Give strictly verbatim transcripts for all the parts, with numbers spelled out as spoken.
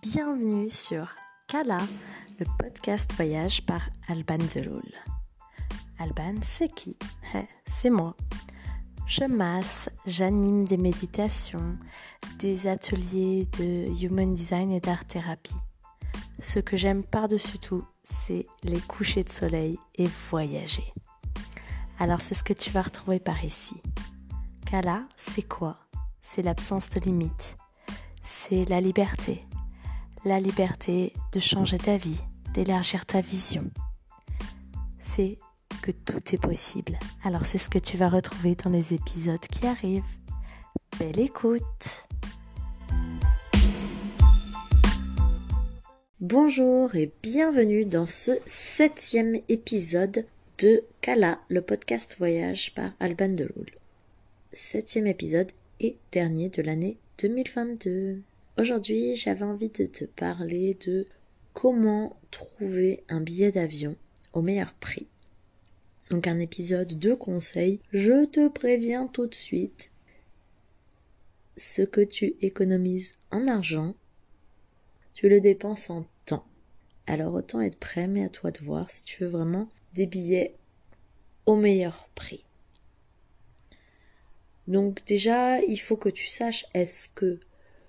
bienvenue sur Kala, le podcast voyage par Alban Deloul. Alban, c'est qui ? C'est moi. Je masse, j'anime des méditations, des ateliers de human design et d'art thérapie. Ce que j'aime par-dessus tout, c'est les couchers de soleil et voyager. Alors c'est ce que tu vas retrouver par ici. Kala, c'est quoi ? C'est l'absence de limites. C'est la liberté. La liberté de changer ta vie, d'élargir ta vision. C'est que tout est possible. Alors c'est ce que tu vas retrouver dans les épisodes qui arrivent. Belle écoute! Bonjour et bienvenue dans ce septième épisode de Kala, le podcast voyage par Alban Deloul. Septième épisode et dernier de l'année deux mille vingt-deux. Aujourd'hui, j'avais envie de te parler de comment trouver un billet d'avion au meilleur prix. Donc un épisode de conseils, je te préviens tout de suite, ce que tu économises en argent, tu le dépenses en temps. Alors autant être prêt, mais à toi de voir si tu veux vraiment des billets au meilleur prix. Donc déjà, il faut que tu saches, est-ce que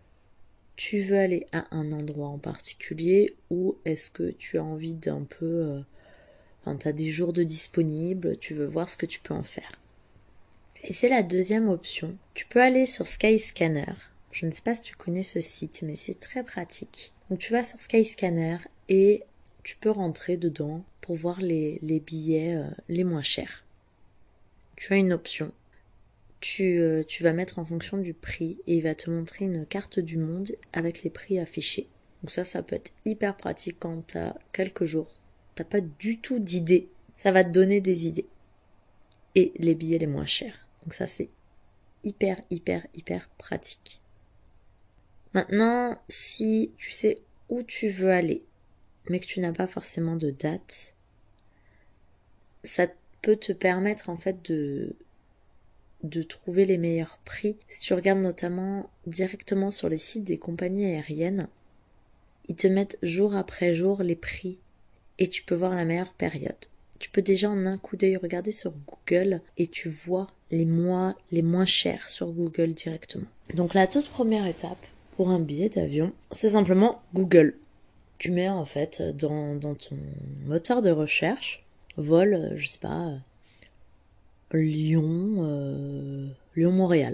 tu veux aller à un endroit en particulier ou est-ce que tu as envie d'un peu... Euh, enfin, tu as des jours de disponibles, tu veux voir ce que tu peux en faire. Et c'est la deuxième option. Tu peux aller sur Skyscanner. Je ne sais pas si tu connais ce site, mais c'est très pratique. Donc tu vas sur Skyscanner et tu peux rentrer dedans pour voir les, les billets euh, les moins chers. Tu as une option. Tu, euh, tu vas mettre en fonction du prix et il va te montrer une carte du monde avec les prix affichés. Donc ça, ça peut être hyper pratique quand tu as quelques jours. Tu n'as pas du tout d'idées. Ça va te donner des idées. Et les billets les moins chers. Donc ça, c'est hyper, hyper, hyper pratique. Maintenant, si tu sais où tu veux aller, mais que tu n'as pas forcément de date, ça peut te permettre en fait de... de trouver les meilleurs prix. Si tu regardes notamment directement sur les sites des compagnies aériennes, ils te mettent jour après jour les prix et tu peux voir la meilleure période. Tu peux déjà en un coup d'œil regarder sur Google et tu vois les mois les moins chers sur Google directement. Donc la toute première étape pour un billet d'avion, c'est simplement Google. Tu mets en fait dans, dans ton moteur de recherche, vol, je sais pas, Lyon, euh, Lyon-Montréal.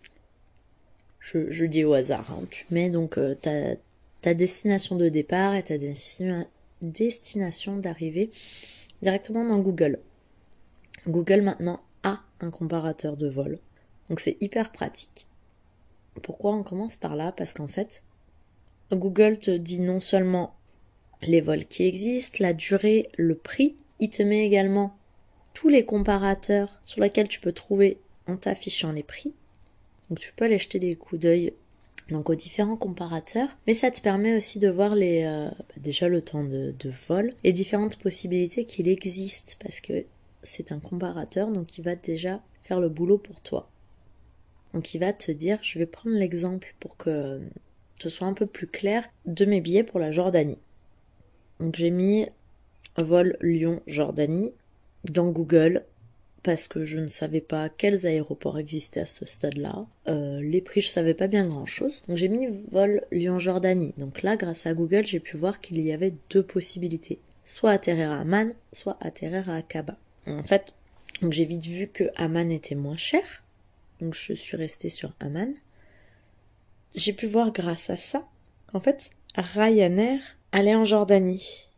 Je, je dis au hasard. Hein. Tu mets donc euh, ta, ta destination de départ et ta destination, destination d'arrivée directement dans Google. Google maintenant a un comparateur de vol. Donc c'est hyper pratique. Pourquoi on commence par là ? Parce qu'en fait, Google te dit non seulement les vols qui existent, la durée, le prix, il te met également tous les comparateurs sur lesquels tu peux trouver en t'affichant les prix. Donc tu peux aller jeter des coups d'œil donc aux différents comparateurs, mais ça te permet aussi de voir les euh, bah déjà le temps de, de vol, les différentes possibilités qu'il existe, parce que c'est un comparateur, donc il va déjà faire le boulot pour toi. Donc il va te dire, je vais prendre l'exemple pour que ce soit un peu plus clair, de mes billets pour la Jordanie. Donc j'ai mis vol Lyon-Jordanie dans Google, parce que je ne savais pas quels aéroports existaient à ce stade-là. Euh, les prix, je savais pas bien grand-chose. Donc j'ai mis vol Lyon-Jordanie. Donc là, grâce à Google, j'ai pu voir qu'il y avait deux possibilités. Soit atterrir à Amman, soit atterrir à Aqaba. En fait, donc j'ai vite vu que Amman était moins cher. Donc je suis restée sur Amman. J'ai pu voir grâce à ça qu'en fait, Ryanair allait en Jordanie.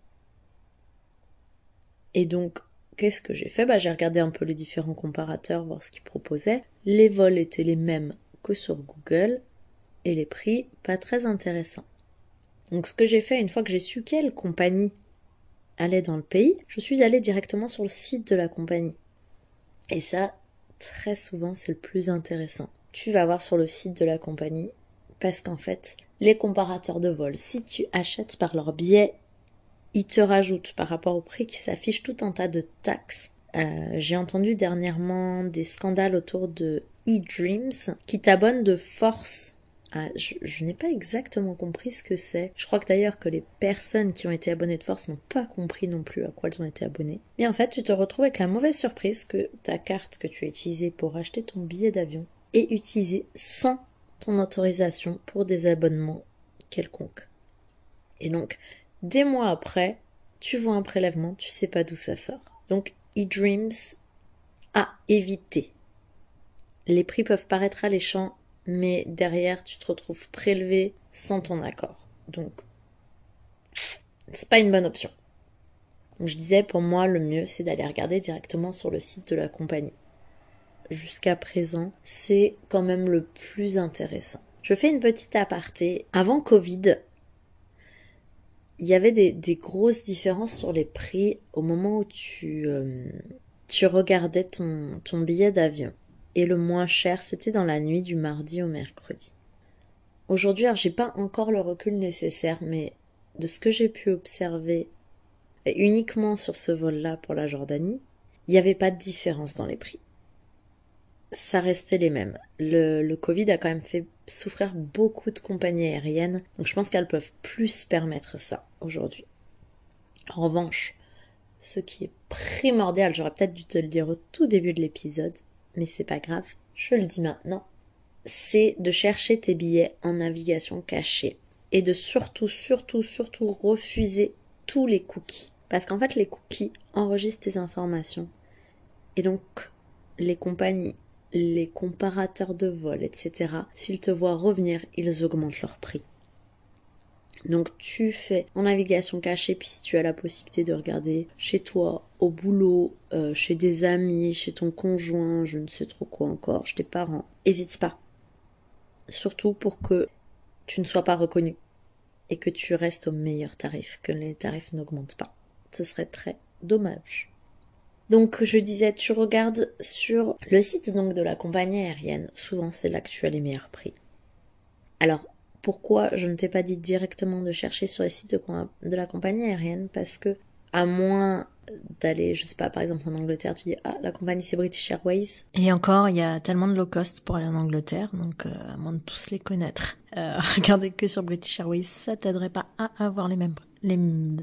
Et donc, qu'est-ce que j'ai fait ? Bah, j'ai regardé un peu les différents comparateurs, voir ce qu'ils proposaient. Les vols étaient les mêmes que sur Google et les prix pas très intéressants. Donc ce que j'ai fait, une fois que j'ai su quelle compagnie allait dans le pays, je suis allée directement sur le site de la compagnie. Et ça, très souvent, c'est le plus intéressant. Tu vas voir sur le site de la compagnie parce qu'en fait, les comparateurs de vol, si tu achètes par leur biais, ils te rajoutent par rapport au prix qui s'affiche tout un tas de taxes. Euh, j'ai entendu dernièrement des scandales autour de eDreams qui t'abonnent de force Ah, je, je n'ai pas exactement compris ce que c'est. Je crois que d'ailleurs que les personnes qui ont été abonnées de force n'ont pas compris non plus à quoi elles ont été abonnées. Mais en fait, tu te retrouves avec la mauvaise surprise que ta carte que tu as utilisée pour acheter ton billet d'avion est utilisée sans ton autorisation pour des abonnements quelconques. Et donc, des mois après, tu vois un prélèvement, tu sais pas d'où ça sort. Donc, eDreams à éviter. Les prix peuvent paraître alléchants, mais derrière, tu te retrouves prélevé sans ton accord. Donc, c'est pas une bonne option. Donc, je disais, pour moi, le mieux, c'est d'aller regarder directement sur le site de la compagnie. Jusqu'à présent, c'est quand même le plus intéressant. Je fais une petite aparté. Avant Covid, il y avait des, des grosses différences sur les prix au moment où tu, euh, tu regardais ton, ton billet d'avion. Et le moins cher, c'était dans la nuit du mardi au mercredi. Aujourd'hui, alors j'ai pas encore le recul nécessaire, mais de ce que j'ai pu observer, et uniquement sur ce vol-là pour la Jordanie, il n'y avait pas de différence dans les prix. Ça restait les mêmes. Le, le Covid a quand même fait souffrir beaucoup de compagnies aériennes, donc je pense qu'elles peuvent plus se permettre ça aujourd'hui. En revanche, ce qui est primordial, j'aurais peut-être dû te le dire au tout début de l'épisode, mais c'est pas grave, je le dis maintenant, c'est de chercher tes billets en navigation cachée et de surtout, surtout, surtout refuser tous les cookies. Parce qu'en fait, les cookies enregistrent tes informations. Et donc, les compagnies, les comparateurs de vol, et cetera, s'ils te voient revenir, ils augmentent leur prix. Donc tu fais en navigation cachée, puis si tu as la possibilité de regarder chez toi, au boulot, euh, chez des amis, chez ton conjoint, je ne sais trop quoi encore, chez tes parents, n'hésite pas. Surtout pour que tu ne sois pas reconnu et que tu restes au meilleur tarif, que les tarifs n'augmentent pas. Ce serait très dommage. Donc je disais, tu regardes sur le site donc de la compagnie aérienne. Souvent c'est là que tu as les meilleurs prix. Alors pourquoi je ne t'ai pas dit directement de chercher sur les sites de, de la compagnie aérienne? Parce que à moins d'aller, je sais pas, par exemple en Angleterre, tu dis ah la compagnie c'est British Airways. Et encore, il y a tellement de low cost pour aller en Angleterre, donc euh, à moins de tous les connaître. Euh, regarder que sur British Airways, ça t'aiderait pas à avoir les mêmes les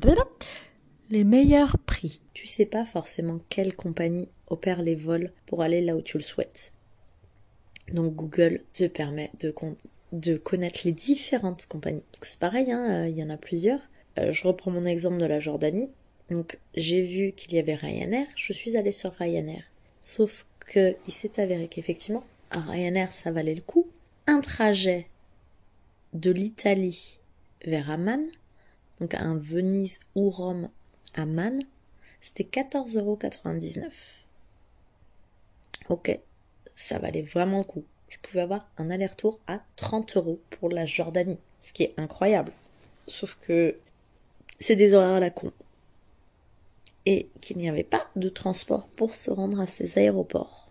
les meilleurs prix. Tu sais pas forcément quelle compagnie opère les vols pour aller là où tu le souhaites. Donc Google te permet de, con- de connaître les différentes compagnies. Parce que c'est pareil, hein, il y en a plusieurs. Euh, je reprends mon exemple de la Jordanie. Donc j'ai vu qu'il y avait Ryanair, je suis allée sur Ryanair. Sauf que il s'est avéré qu'effectivement, à Ryanair ça valait le coup. Un trajet de l'Italie vers Amman, donc un Venise ou Rome Amman, c'était quatorze euros quatre-vingt-dix-neuf. Ok, ça valait vraiment le coup. Je pouvais avoir un aller-retour à trente euros pour la Jordanie, ce qui est incroyable. Sauf que c'est des horaires à la con. Et qu'il n'y avait pas de transport pour se rendre à ces aéroports.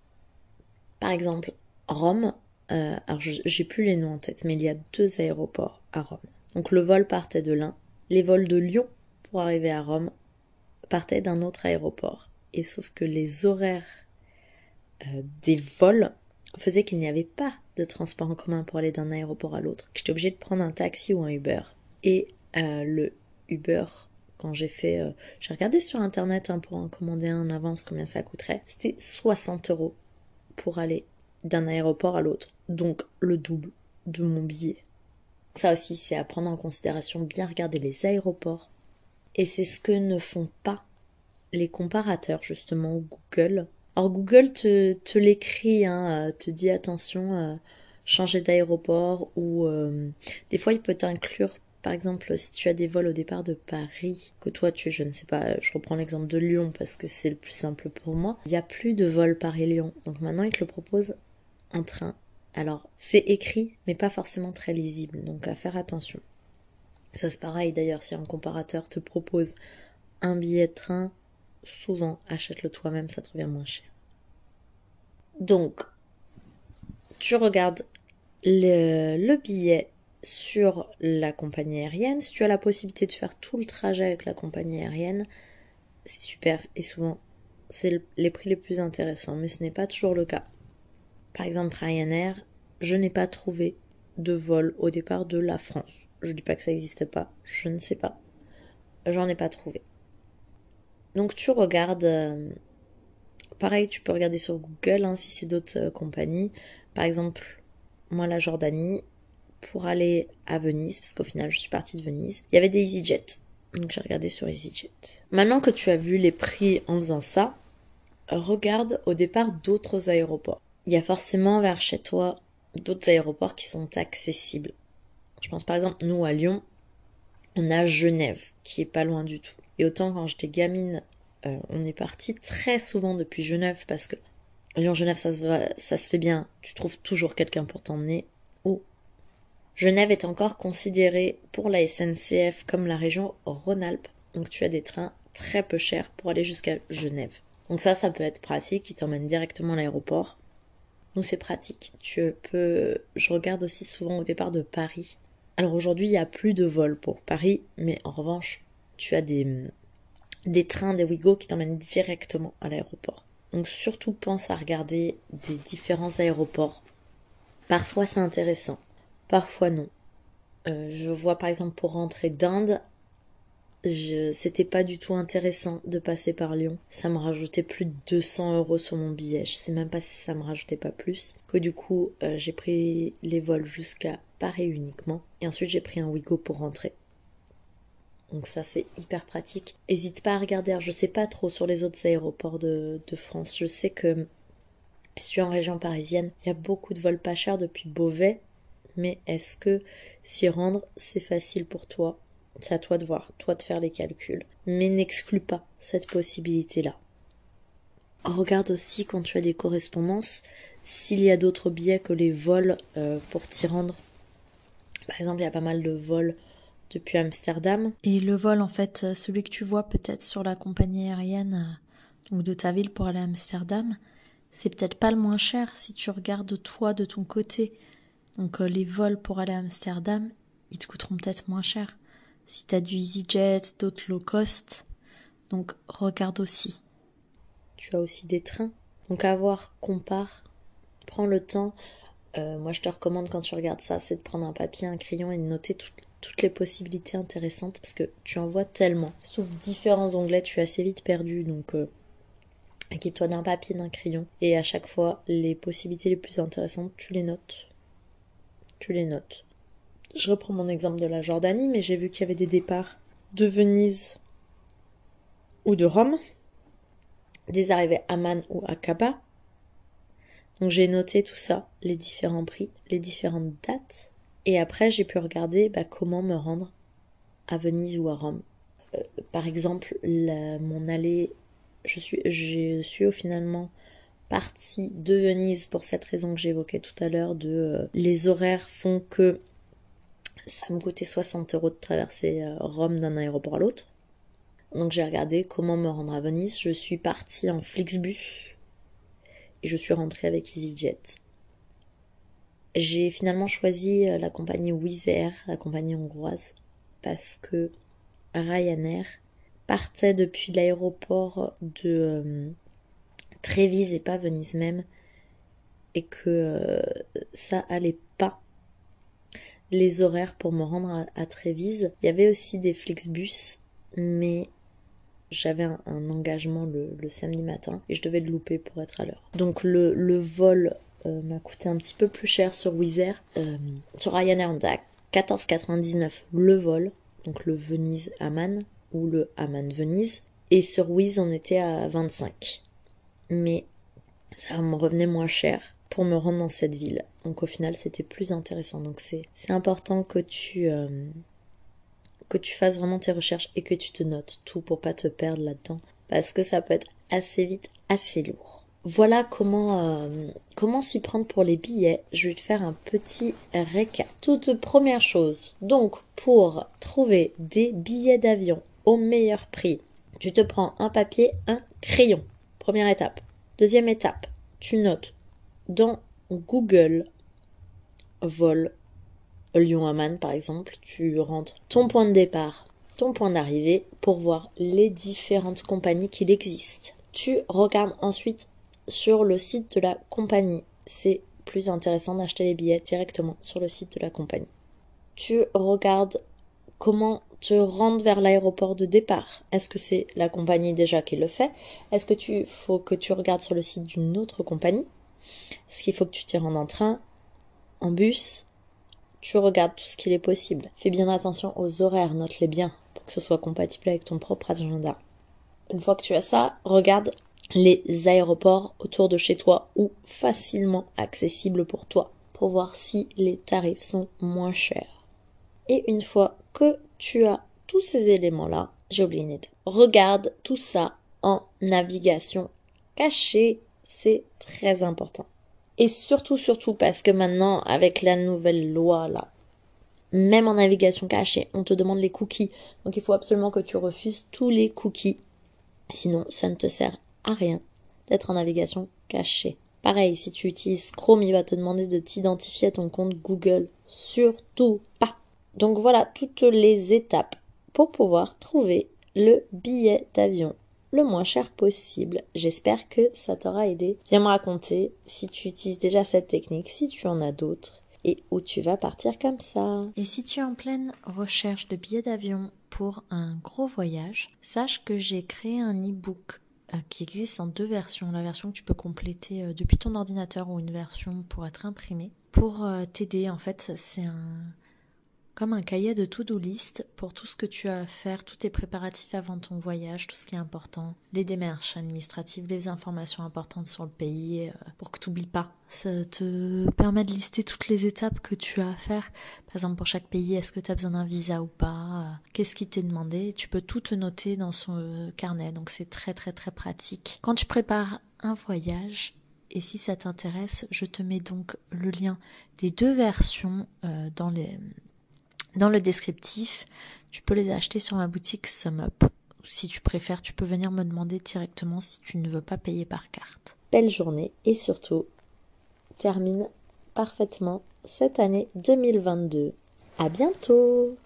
Par exemple, Rome, euh, alors je, j'ai plus les noms en tête, mais il y a deux aéroports à Rome. Donc le vol partait de l'un, les vols de Lyon pour arriver à Rome partaient d'un autre aéroport. Et sauf que les horaires euh, des vols faisaient qu'il n'y avait pas de transport en commun pour aller d'un aéroport à l'autre. J'étais obligée de prendre un taxi ou un Uber. Et euh, le Uber, quand j'ai fait... Euh, j'ai regardé sur internet hein, pour en commander un en avance combien ça coûterait. C'était soixante euros pour aller d'un aéroport à l'autre. Donc le double de mon billet. Ça aussi, c'est à prendre en considération, bien regarder les aéroports. Et c'est ce que ne font pas les comparateurs, justement, ou Google. Alors Google te, te l'écrit, hein, te dit attention, euh, changer d'aéroport, ou euh, des fois il peut t'inclure, par exemple, si tu as des vols au départ de Paris, que toi tu, je ne sais pas, je reprends l'exemple de Lyon parce que c'est le plus simple pour moi, il n'y a plus de vol Paris-Lyon, donc maintenant il te le propose en train. Alors c'est écrit, mais pas forcément très lisible, donc à faire attention. Ça c'est pareil d'ailleurs, si un comparateur te propose un billet de train, souvent achète-le toi-même, ça te revient moins cher. Donc, tu regardes le, le billet sur la compagnie aérienne. Si tu as la possibilité de faire tout le trajet avec la compagnie aérienne, c'est super. Et souvent, c'est le, les prix les plus intéressants, mais ce n'est pas toujours le cas. Par exemple, Ryanair, je n'ai pas trouvé de vol au départ de la France. Je dis pas que ça n'existe pas, je ne sais pas. J'en ai pas trouvé. Donc tu regardes, euh, pareil tu peux regarder sur Google hein, si c'est d'autres euh, compagnies. Par exemple, moi la Jordanie, pour aller à Venise, parce qu'au final je suis partie de Venise, il y avait des EasyJet. Donc j'ai regardé sur EasyJet. Maintenant que tu as vu les prix en faisant ça, regarde au départ d'autres aéroports. Il y a forcément vers chez toi d'autres aéroports qui sont accessibles. Je pense par exemple, nous à Lyon, on a Genève, qui est pas loin du tout. Et autant quand j'étais gamine, euh, on est parti très souvent depuis Genève, parce que Lyon-Genève, ça se va, ça se fait bien, tu trouves toujours quelqu'un pour t'emmener. Ou Genève est encore considérée pour la S N C F comme la région Rhône-Alpes. Donc tu as des trains très peu chers pour aller jusqu'à Genève. Donc ça, ça peut être pratique, ils t'emmènent directement à l'aéroport. Nous, c'est pratique. Tu peux... Je regarde aussi souvent au départ de Paris. Alors aujourd'hui, il n'y a plus de vols pour Paris, mais en revanche, tu as des, des trains, des Ouigo qui t'emmènent directement à l'aéroport. Donc surtout, pense à regarder des différents aéroports. Parfois, c'est intéressant. Parfois, non. Euh, je vois par exemple pour rentrer d'Inde, Je... c'était pas du tout intéressant de passer par Lyon. Ça me rajoutait plus de deux cents euros sur mon billet. Je sais même pas si ça me rajoutait pas plus. Que du coup, euh, j'ai pris les vols jusqu'à Paris uniquement. Et ensuite, j'ai pris un Ouigo pour rentrer. Donc ça, c'est hyper pratique. Hésite pas à regarder. Alors, je sais pas trop sur les autres aéroports de, de France. Je sais que si tu es en région parisienne, il y a beaucoup de vols pas chers depuis Beauvais. Mais est-ce que s'y rendre, c'est facile pour toi ? C'est à toi de voir, toi de faire les calculs. Mais n'exclus pas cette possibilité-là. Regarde aussi quand tu as des correspondances, s'il y a d'autres billets que les vols euh, pour t'y rendre. Par exemple, il y a pas mal de vols depuis Amsterdam. Et le vol, en fait, celui que tu vois peut-être sur la compagnie aérienne donc de ta ville pour aller à Amsterdam, c'est peut-être pas le moins cher si tu regardes toi de ton côté. Donc euh, les vols pour aller à Amsterdam, ils te coûteront peut-être moins cher. Si t'as du EasyJet, d'autres low cost, donc regarde aussi. Tu as aussi des trains, donc à voir, compare, prends le temps. Euh, moi je te recommande quand tu regardes ça, c'est de prendre un papier, un crayon et de noter tout, toutes les possibilités intéressantes, parce que tu en vois tellement. Sauf différents onglets, tu es assez vite perdu, donc euh, équipe-toi d'un papier, d'un crayon, et à chaque fois, les possibilités les plus intéressantes, tu les notes. Tu les notes. Je reprends mon exemple de la Jordanie, mais j'ai vu qu'il y avait des départs de Venise ou de Rome, des arrivées à Amman ou à Aqaba. Donc j'ai noté tout ça, les différents prix, les différentes dates, et après j'ai pu regarder bah, comment me rendre à Venise ou à Rome. Euh, par exemple, la, mon allée, je suis, je suis au finalement partie de Venise pour cette raison que j'évoquais tout à l'heure, de euh, les horaires font que ça me coûtait soixante euros de traverser euh, Rome d'un aéroport à l'autre. Donc j'ai regardé comment me rendre à Venise. Je suis partie en Flixbus et je suis rentrée avec EasyJet. J'ai finalement choisi la compagnie Wizz Air, la compagnie hongroise, parce que Ryanair partait depuis l'aéroport de euh, Trévise et pas Venise même, et que euh, ça allait pas. Les horaires pour me rendre à, à Trévise. Il y avait aussi des Flixbus, mais j'avais un, un engagement le, le samedi matin et je devais le louper pour être à l'heure. Donc le, le vol euh, m'a coûté un petit peu plus cher sur Wizz Air. Euh, sur Ryanair, on était à quatorze quatre-vingt-dix-neuf le vol, donc le Venise-Amman ou le Amman-Venise. Et sur Wizz, on était à vingt-cinq. Mais ça me revenait moins cher pour me rendre dans cette ville. Donc au final, c'était plus intéressant. Donc c'est, c'est important que tu, euh, que tu fasses vraiment tes recherches et que tu te notes tout pour pas te perdre là-dedans. Parce que ça peut être assez vite, assez lourd. Voilà comment, euh, comment s'y prendre pour les billets. Je vais te faire un petit récap. Toute première chose, donc pour trouver des billets d'avion au meilleur prix, tu te prends un papier, un crayon. Première étape. Deuxième étape, tu notes dans Google vol Lyon-Amman par exemple, tu rentres ton point de départ, ton point d'arrivée pour voir les différentes compagnies qu'il existe. Tu regardes ensuite sur le site de la compagnie. C'est plus intéressant d'acheter les billets directement sur le site de la compagnie. Tu regardes comment te rendre vers l'aéroport de départ. Est-ce que c'est la compagnie déjà qui le fait? Est-ce que tu faut que tu regardes sur le site d'une autre compagnie? Est-ce qu'il faut que tu t'y rendes en train, en bus? Tu regardes tout ce qu'il est possible. Fais bien attention aux horaires, note-les bien pour que ce soit compatible avec ton propre agenda. Une fois que tu as ça, regarde les aéroports autour de chez toi ou facilement accessibles pour toi pour voir si les tarifs sont moins chers. Et une fois que tu as tous ces éléments-là, j'ai oublié une étape. Regarde tout ça en navigation cachée, c'est très important. Et surtout, surtout parce que maintenant, avec la nouvelle loi là, même en navigation cachée, on te demande les cookies. Donc il faut absolument que tu refuses tous les cookies. Sinon, ça ne te sert à rien d'être en navigation cachée. Pareil, si tu utilises Chrome, il va te demander de t'identifier à ton compte Google. Surtout pas. Donc voilà toutes les étapes pour pouvoir trouver le billet d'avion le moins cher possible. J'espère que ça t'aura aidé. Viens me raconter si tu utilises déjà cette technique, si tu en as d'autres et où tu vas partir comme ça. Et si tu es en pleine recherche de billets d'avion pour un gros voyage, sache que j'ai créé un e-book euh, qui existe en deux versions. La version que tu peux compléter euh, depuis ton ordinateur ou une version pour être imprimée. Pour euh, t'aider, en fait, c'est un... comme un cahier de to-do list pour tout ce que tu as à faire, tous tes préparatifs avant ton voyage, tout ce qui est important, les démarches administratives, les informations importantes sur le pays, euh, pour que tu n'oublies pas. Ça te permet de lister toutes les étapes que tu as à faire. Par exemple, pour chaque pays, est-ce que tu as besoin d'un visa ou pas? euh, Qu'est-ce qui t'est demandé? Tu peux tout te noter dans son euh, carnet, donc c'est très très très pratique. Quand tu prépares un voyage, et si ça t'intéresse, je te mets donc le lien des deux versions euh, dans les... Dans le descriptif, tu peux les acheter sur ma boutique SumUp. Si tu préfères, tu peux venir me demander directement si tu ne veux pas payer par carte. Belle journée et surtout, termine parfaitement cette année deux mille vingt-deux. À bientôt!